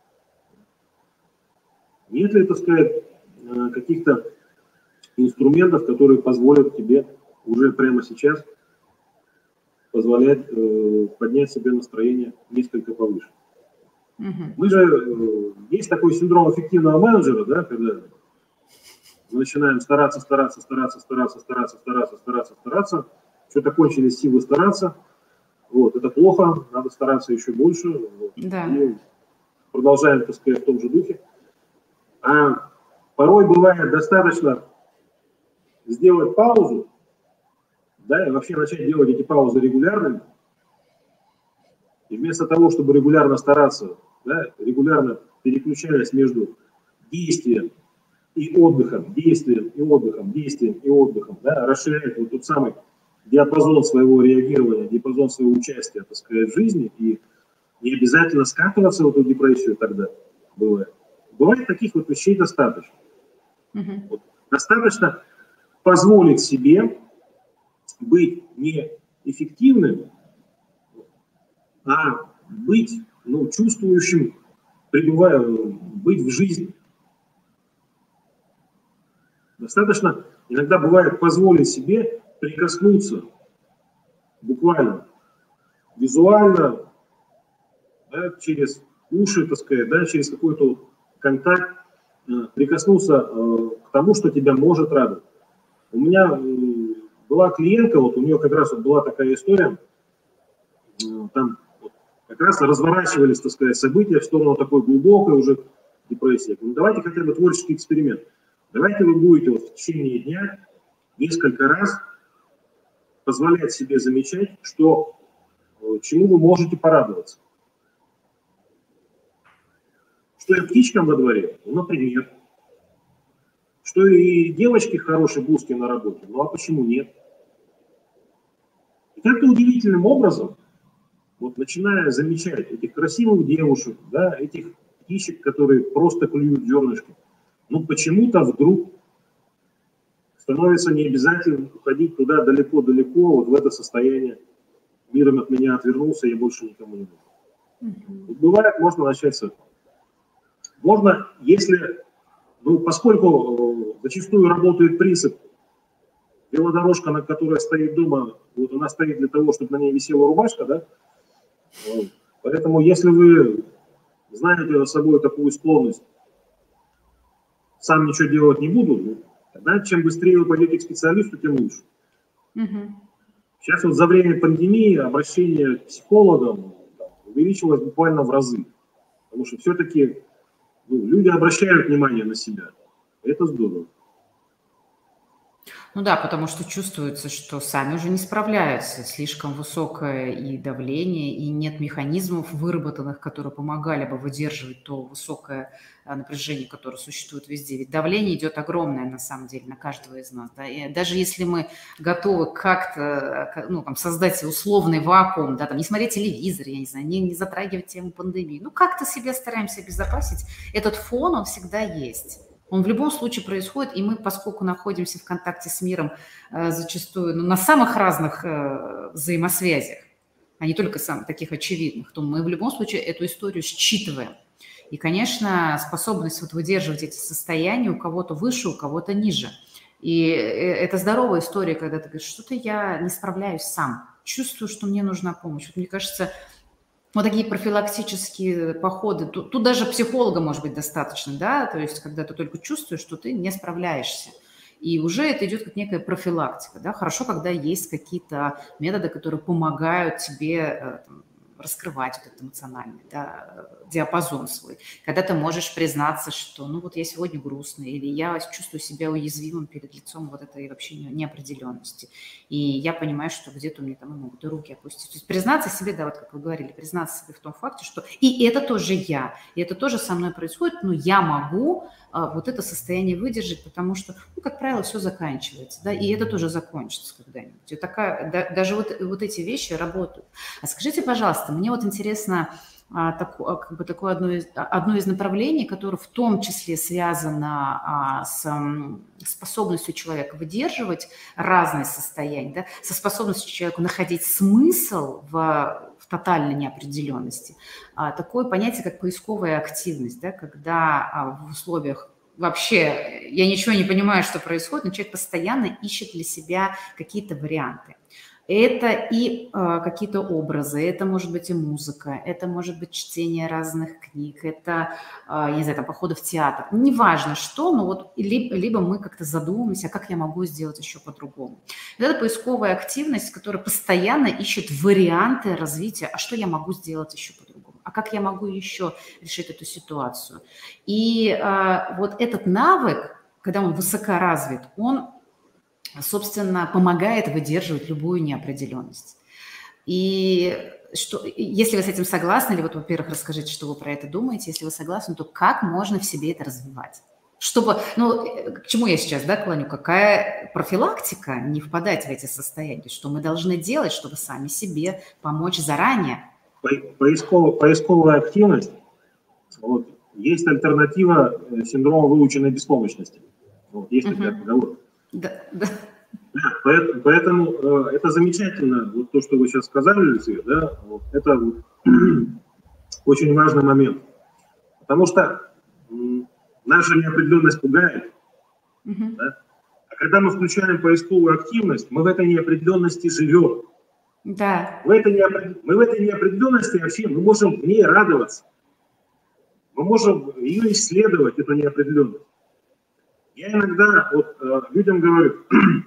B: Нет ли, так сказать, каких-то инструментов, которые позволят тебе уже прямо сейчас позволять э, поднять себе настроение несколько повыше. Mm-hmm. Мы же, э, есть такой синдром эффективного менеджера, да, когда мы начинаем стараться, стараться, стараться, стараться, стараться, стараться, стараться, стараться, что-то кончились силы стараться. Вот, это плохо, надо стараться еще больше. Вот, да. И продолжаем, так сказать, в том же духе. А порой бывает достаточно сделать паузу, да, и вообще начать делать эти паузы регулярными. И вместо того, чтобы регулярно стараться, да, регулярно переключаясь между действием и отдыхом, действием и отдыхом, действием и отдыхом, да, расширять вот тот самый диапазон своего реагирования, диапазон своего участия, так сказать, в жизни, и не обязательно скатываться в эту депрессию тогда, бывает. Бывает таких вот вещей достаточно. Mm-hmm. Вот, достаточно позволить себе быть не эффективным, а быть, ну, чувствующим, пребывая, быть в жизни. Достаточно иногда бывает позволить себе прикоснуться буквально, визуально, да, через уши, так сказать, да, через какой-то контакт, э, прикоснуться э, к тому, что тебя может радовать. У меня э, была клиентка, вот у нее как раз вот была такая история, э, там вот, как раз разворачивались, так сказать, события в сторону такой глубокой уже депрессии. Я говорю, ну, давайте хотя бы творческий эксперимент. Давайте вы будете вот в течение дня несколько раз позволять себе замечать, что, чему вы можете порадоваться. Что и птичкам во дворе, ну, например. Что и девочки хорошие блузки на работе, ну а почему нет? И как-то удивительным образом, вот начиная замечать этих красивых девушек, да, этих птичек, которые просто клюют зернышки, ну почему-то вдруг становится не обязательно уходить туда далеко-далеко, вот в это состояние. Миром от меня отвернулся, я больше никому не нужен. Mm-hmm. Вот бывает, можно начать с этого. Можно, если, ну, поскольку зачастую работает принцип, велодорожка, на которой стоит дома, вот она стоит для того, чтобы на ней висела рубашка, да? Вот. Поэтому, если вы знаете за собой такую склонность, сам ничего делать не буду, тогда чем быстрее вы пойдете к специалисту, тем лучше. Угу. Сейчас вот за время пандемии обращение к психологам увеличилось буквально в разы. Потому что все-таки, ну, люди обращают внимание на себя. Это здорово.
A: Ну да, потому что чувствуется, что сами уже не справляются. Слишком высокое и давление, и нет механизмов выработанных, которые помогали бы выдерживать то высокое напряжение, которое существует везде. Ведь давление идет огромное, на самом деле, на каждого из нас. Да? И даже если мы готовы как-то, ну, там, создать условный вакуум, да, там, не смотреть телевизор, я не знаю, не, не затрагивать тему пандемии, ну, как-то себя стараемся обезопасить, этот фон, он всегда есть. Он в любом случае происходит, и мы, поскольку находимся в контакте с миром э, зачастую ну, на самых разных э, взаимосвязях, а не только сам, таких очевидных, то мы в любом случае эту историю считываем. И, конечно, способность вот выдерживать эти состояния у кого-то выше, у кого-то ниже. И это здоровая история, когда ты говоришь, что-то я не справляюсь сам, чувствую, что мне нужна помощь. Вот мне кажется, вот такие профилактические походы, тут, тут даже психолога может быть достаточно, да, то есть когда ты только чувствуешь, что ты не справляешься. И уже это идет как некая профилактика, да, хорошо, когда есть какие-то методы, которые помогают тебе там, раскрывать вот этот эмоциональный, да, диапазон свой. Когда ты можешь признаться, что ну вот я сегодня грустный, или я чувствую себя уязвимым перед лицом вот этой вообще неопределенности. И я понимаю, что где-то у меня там могут и руки опустить. То есть признаться себе, да, вот как вы говорили, признаться себе в том факте, что и это тоже я, и это тоже со мной происходит, но я могу а, вот это состояние выдержать, потому что, ну, как правило, все заканчивается, да, и это тоже закончится когда-нибудь. И такая, да, даже вот, вот эти вещи работают. А скажите, пожалуйста, мне вот интересно а, так, а, как бы такое одно из, одно из направлений, которое в том числе связано а, с а, способностью человека выдерживать разные состояния, да, со способностью человека находить смысл в, в тотальной неопределенности. А, такое понятие, как поисковая активность, да, когда а, в условиях вообще я ничего не понимаю, что происходит, но человек постоянно ищет для себя какие-то варианты. Это и э, какие-то образы, это может быть и музыка, это может быть чтение разных книг, это, э, я не знаю, там, походы в театр. Неважно что, но вот либо, либо мы как-то задумываемся, как я могу сделать еще по-другому. Это поисковая активность, которая постоянно ищет варианты развития, а что я могу сделать еще по-другому, а как я могу еще решить эту ситуацию. И э, вот этот навык, когда он высокоразвит, он собственно, помогает выдерживать любую неопределенность. И что, если вы с этим согласны, или вот, во-первых, расскажите, что вы про это думаете, если вы согласны, то как можно в себе это развивать? Чтобы, ну, к чему я сейчас, да, клоню, какая профилактика не впадать в эти состояния, что мы должны делать, чтобы сами себе помочь заранее?
B: Поисковая, поисковая активность, вот, есть альтернатива синдрому выученной беспомощности. Вот, есть такая uh-huh. поговорка. Да, да. Да, поэтому, поэтому э, это замечательно, вот то, что вы сейчас сказали, Люция, да, вот, это вот, очень важный момент. Потому что м, наша неопределенность пугает. Uh-huh. Да? А когда мы включаем поисковую активность, мы в этой неопределенности живем.
A: Да.
B: В этой неопред... Мы в этой неопределенности вообще мы можем в ней радоваться. Мы можем ее исследовать, эту неопределенность. Я иногда вот, э, людям говорю,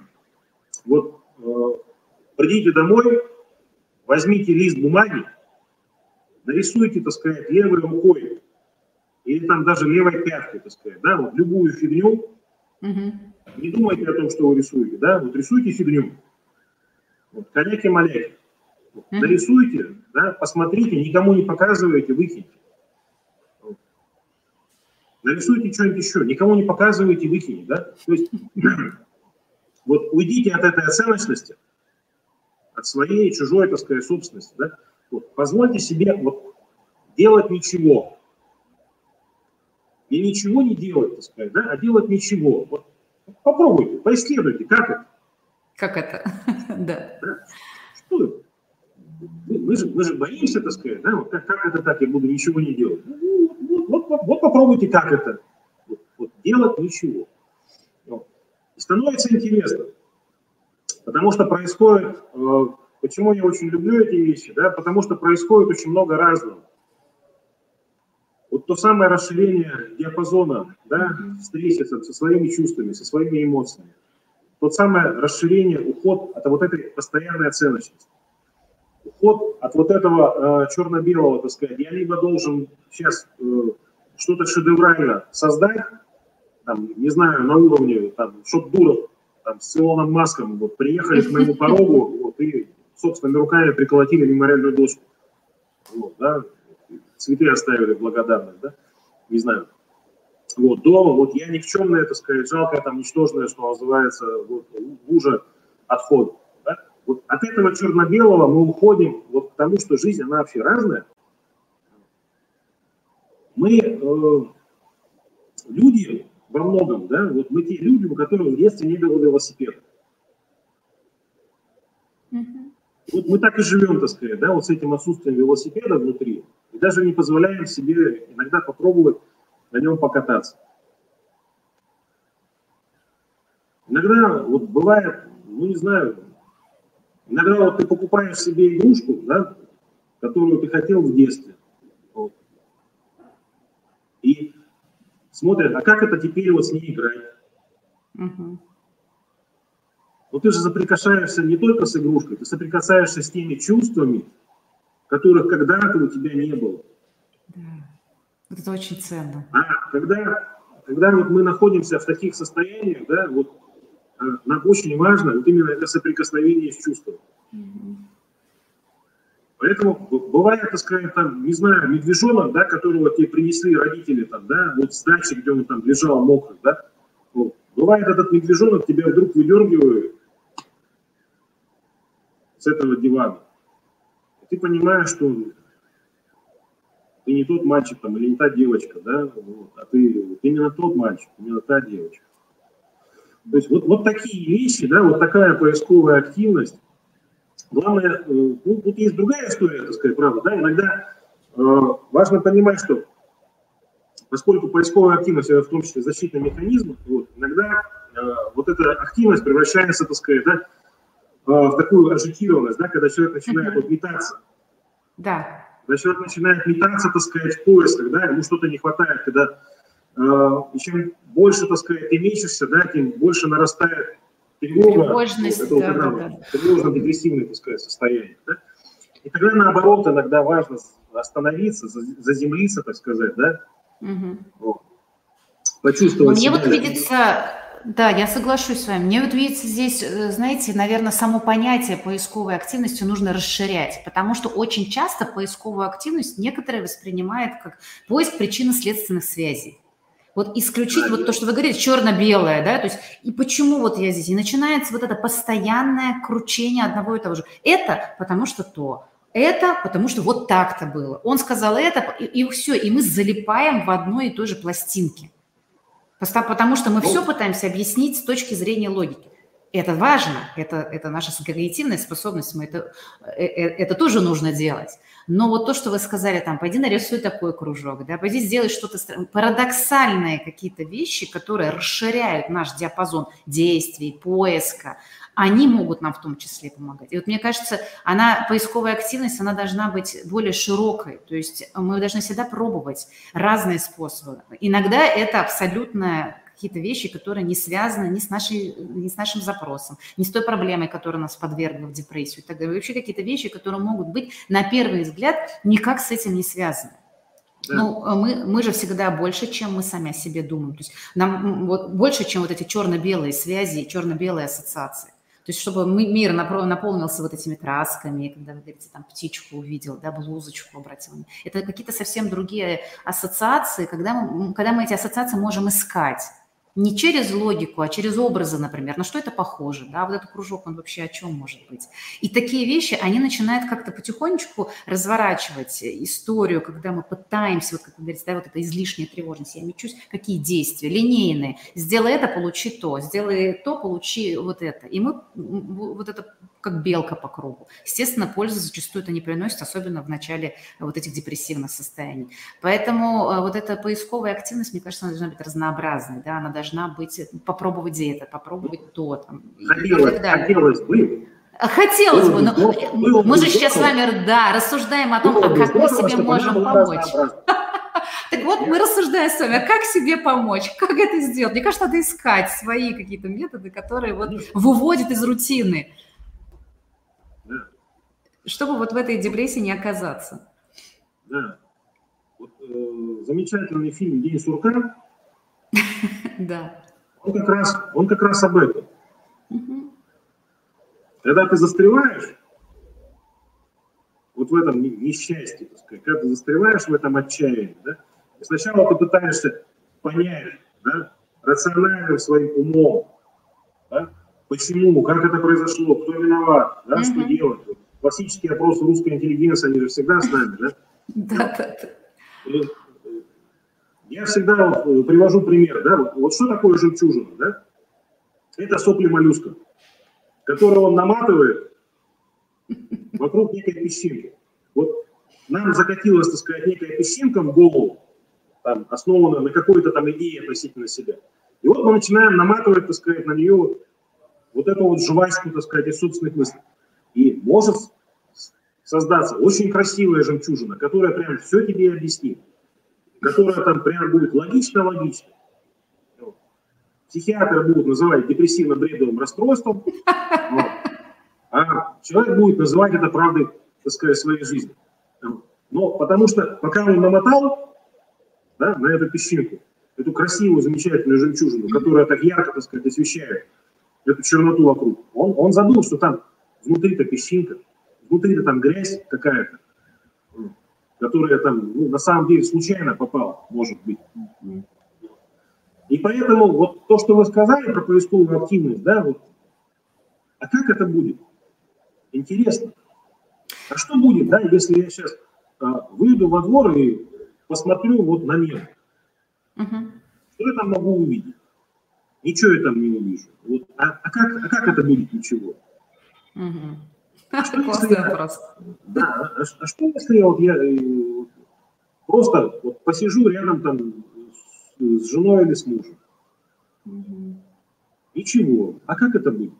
B: вот э, придите домой, возьмите лист бумаги, нарисуйте, так сказать, левой рукой или там даже левой пяткой, так сказать, да, вот любую фигню. Угу. Не думайте о том, что вы рисуете, да, вот рисуйте фигню. Вот, коняки-маляки. Вот, mm-hmm. Нарисуйте, да, посмотрите, никому не показывайте, выкиньте. Вот. Нарисуйте что-нибудь еще, никому не показывайте, выкиньте. Да? То есть вот уйдите от этой оценочности, от своей чужой, так сказать, собственности. Да? Вот, позвольте себе вот, делать ничего. И ничего не делать, так сказать, да? А делать ничего. Вот, попробуйте, поисследуйте, как это.
A: Как это? Да.
B: Что это? Мы же, мы же боимся, так сказать, да? Вот как, как это так, я буду ничего не делать? Ну, вот, вот, вот, вот попробуйте, как это. Вот, вот, делать ничего. Вот. И становится интересно. Потому что происходит, э, почему я очень люблю эти вещи, да? Потому что происходит очень много разного. Вот то самое расширение диапазона, да, встречи со, со своими чувствами, со своими эмоциями. Тот самое расширение, уход от вот этой постоянной оценочности. Уход от вот этого э, черно-белого, так сказать. Я либо должен сейчас э, что-то шедеврально создать, там, не знаю, на уровне, там, чтоб Дуров там, с Илоном Маском вот, приехали к моему порогу вот, и собственными руками приколотили мемориальную доску. Вот, да, цветы оставили благодарность, да, не знаю. Вот, до, вот я никчемная, так сказать, жалкая, там, ничтожная, что называется, вот, лужа отхода. Да? Вот от этого черно-белого мы уходим вот к тому, что жизнь, она вообще разная. Мы э, люди во многом, да, вот мы те люди, у которых в детстве не было велосипеда. Mm-hmm. Вот мы так и живем, так сказать, да, вот с этим отсутствием велосипеда внутри, и даже не позволяем себе иногда попробовать на нем покататься. Иногда вот бывает, ну не знаю, иногда вот ты покупаешь себе игрушку, да, которую ты хотел в детстве. Вот. И смотришь, а как это теперь вот с ней играть? Угу. Но ты же соприкасаешься не только с игрушкой, ты соприкасаешься с теми чувствами, которых когда-то у тебя не было.
A: Да. Это очень ценно.
B: А когда, когда вот мы находимся в таких состояниях, да, вот нам очень важно вот именно это соприкосновение с чувством. Mm-hmm. Поэтому бывает, так сказать, там, не знаю, медвежонок, да, которого тебе принесли родители, там, да, вот с дачи, где он там лежал мокрый, да, вот. Бывает, этот медвежонок тебя вдруг выдергивает с этого дивана. И ты понимаешь, что ты не тот мальчик там, или не та девочка, да, вот, а ты вот, именно тот мальчик, именно та девочка. То есть вот, вот такие вещи, да, вот такая поисковая активность. Главное, ну, тут есть другая история, так сказать, правда, да, иногда э, важно понимать, что поскольку поисковая активность, это в том числе защитный механизм, вот, иногда э, вот эта активность превращается, так сказать, да, э, в такую ажитированность, да, когда человек начинает вот, метаться.
A: Да.
B: Когда человек начинает метаться, так сказать, в поисках, да, ему что-то не хватает, когда и чем больше, так сказать, ты мечешься, да, тем больше нарастает тревога,
A: тревожность,
B: вот,
A: да, да, да.
B: тревожно-депрессивное, так сказать, состояние. Да? И тогда, наоборот, иногда важно остановиться, заземлиться, так сказать, да,
A: угу.
B: вот. Почувствовать
A: Мне
B: себя.
A: вот видится, да, я соглашусь с вами, мне вот видится здесь, знаете, наверное, само понятие поисковой активности нужно расширять, потому что очень часто поисковую активность некоторые воспринимают как поиск причинно-следственных связей. Вот исключить да, вот то, что вы говорите, черно-белое, да, то есть и почему вот я здесь, и начинается вот это постоянное кручение одного и того же. Это потому что то, это потому что вот так-то было. Он сказал это, и, и все, и мы залипаем в одной и той же пластинке. Потому что мы все пытаемся объяснить с точки зрения логики. Это важно, это, это наша когнитивная способность, мы это, это тоже нужно делать. Но вот то, что вы сказали, там, пойди нарисуй такой кружок, да, пойди сделай что-то, парадоксальные какие-то вещи, которые расширяют наш диапазон действий, поиска, они могут нам в том числе помогать. И вот мне кажется, она, поисковая активность, она должна быть более широкой, то есть мы должны всегда пробовать разные способы. Иногда это абсолютно какие-то вещи, которые не связаны ни с, нашей, ни с нашим запросом, ни с той проблемой, которая нас подвергла в депрессию и так далее. Вообще какие-то вещи, которые могут быть, на первый взгляд, никак с этим не связаны. Да. Ну, мы, мы же всегда больше, чем мы сами о себе думаем. То есть нам вот, больше, чем вот эти черно-белые связи, черно-белые ассоциации. То есть чтобы мир наполнился вот этими красками, когда вы говорите, там, птичку увидел, да, блузочку обратил. Это какие-то совсем другие ассоциации, когда мы, когда мы эти ассоциации можем искать. Не через логику, а через образы, например. На что это похоже? Да? Вот этот кружок, он вообще о чем может быть? И такие вещи, они начинают как-то потихонечку разворачивать историю, когда мы пытаемся, вот как вы говорите, да, вот эта излишняя тревожность, я мечусь, какие действия? Линейные. Сделай это, получи то. Сделай то, получи вот это. И мы вот это как белка по кругу. Естественно, пользы зачастую это не приносит, особенно в начале вот этих депрессивных состояний. Поэтому вот эта поисковая активность, мне кажется, она должна быть разнообразной, да, она должна быть, попробовать это, попробовать то. Там,
B: хотелось, и хотелось бы.
A: Хотелось бы, но было мы же сейчас с вами, да, рассуждаем о том, а как мы себе можем помочь. Так вот, мы рассуждаем с вами, а как себе помочь, как это сделать? Мне кажется, надо искать свои какие-то методы, которые вот выводят из рутины, чтобы вот в этой депрессии не оказаться.
B: Да. Вот, э, замечательный фильм «День сурка».
A: Да.
B: Он как раз, он как раз об этом. Угу. Когда ты застреваешь вот в этом несчастье, так сказать, когда ты застреваешь в этом отчаянии, да, и сначала ты пытаешься понять, да, рациональным своим умом, да, почему, как это произошло, кто виноват, да, угу. Что делать. Классические опросы русской интеллигенции, они же всегда с нами, да?
A: Да, да, да.
B: Я всегда вот привожу пример, да, вот, вот что такое жемчужина, да? Это сопли моллюска, которые он наматывает вокруг некой песчинки. Вот нам закатилась, так сказать, некая песчинка в голову, там, основанная на какой-то там идее относительно себя. И вот мы начинаем наматывать, так сказать, на нее вот эту вот жвачку, так сказать, из собственных мыслей. И может создаться очень красивая жемчужина, которая прям все тебе объяснит, которая там прям будет логично-логично. Психиатры будут называть депрессивно-бредовым расстройством, вот, а человек будет называть это правдой, так сказать, своей жизни. Но потому что пока он намотал, да, на эту песчинку, эту красивую, замечательную жемчужину, которая так ярко, так сказать, освещает эту черноту вокруг, он, он забыл, что там внутри-то песчинка, внутри-то там грязь какая-то, которая там, ну, на самом деле случайно попала, может быть. И поэтому вот то, что вы сказали про поисковую активность, да, вот, а как это будет? Интересно. А что будет, да, если я сейчас а, выйду во двор и посмотрю вот на небо? Uh-huh. Что я там могу увидеть? Ничего я там не увижу. Вот, а, а, как, а как это будет ничего?
A: Uh-huh. А что, если я,
B: да, а, а что если я, вот, я просто вот, посижу рядом там с, с женой или с мужем? Uh-huh. Ничего. А как это будет?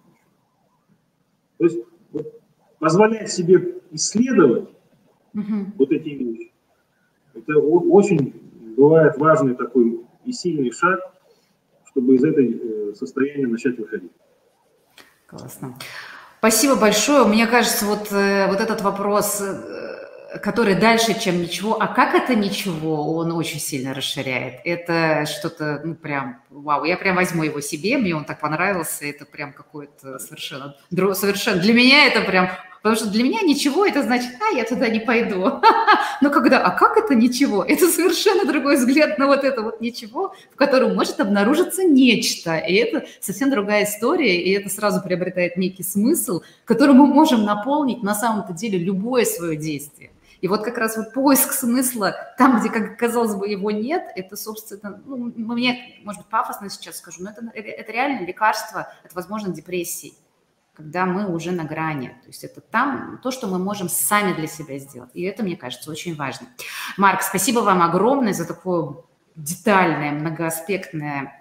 B: То есть вот, позволять себе исследовать uh-huh. вот эти вещи, это очень бывает важный такой и сильный шаг, чтобы из этой состояния начать выходить.
A: Классно. Спасибо большое. Мне кажется, вот, вот этот вопрос, который дальше, чем ничего, а как это ничего, он очень сильно расширяет. Это что-то, ну, прям, вау, я прям возьму его себе, мне он так понравился, это прям какое-то совершенно, совершенно, для меня это прям, потому что для меня ничего, это значит, а, я туда не пойду. Но когда, а как это ничего? Это совершенно другой взгляд на вот это вот ничего, в котором может обнаружиться нечто, и это совсем другая история, и это сразу приобретает некий смысл, который мы можем наполнить на самом-то деле любое свое действие. И вот как раз вот поиск смысла там, где, как казалось бы, его нет, это, собственно, ну, мне, может быть, пафосно сейчас скажу, но это, это, это реально лекарство от возможных депрессий, когда мы уже на грани. То есть это там то, что мы можем сами для себя сделать. И это, мне кажется, очень важно. Марк, спасибо вам огромное за такое детальное, многоаспектное,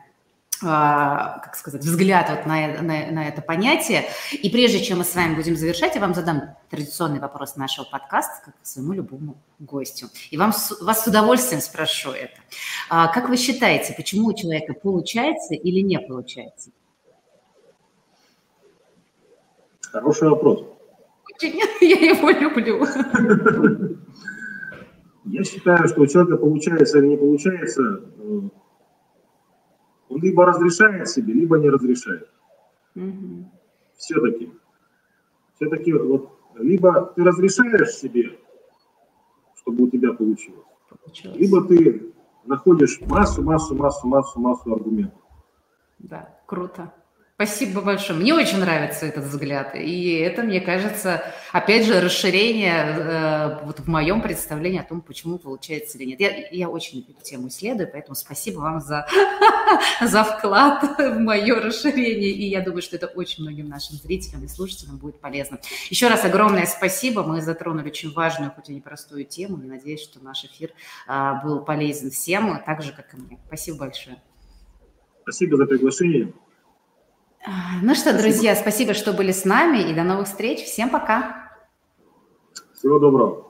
A: как сказать, взгляд вот на, на, на это понятие. И прежде чем мы с вами будем завершать, я вам задам традиционный вопрос нашего подкаста, как своему любому гостю. И вам, вас с удовольствием спрошу это. Как вы считаете, почему у человека получается или не получается?
B: Хороший вопрос.
A: Очень, я его люблю.
B: Я считаю, что у человека получается или не получается, он либо разрешает себе, либо не разрешает. Угу. все-таки, все-таки вот либо ты разрешаешь себе, чтобы у тебя получилось, получилось. Либо ты находишь массу, массу, массу, массу, массу аргументов.
A: Да, круто. Спасибо большое. Мне очень нравится этот взгляд. И это, мне кажется, опять же, расширение э, вот в моем представлении о том, почему получается или нет. Я, я очень эту тему исследую, поэтому спасибо вам за, за вклад в мое расширение. И я думаю, что это очень многим нашим зрителям и слушателям будет полезно. Еще раз огромное спасибо. Мы затронули очень важную, хоть и непростую тему. И надеюсь, что наш эфир э, был полезен всем, так же, как и мне. Спасибо большое.
B: Спасибо за приглашение.
A: Ну что, спасибо. Друзья, спасибо, что были с нами, и до новых встреч. Всем пока.
B: Всего доброго.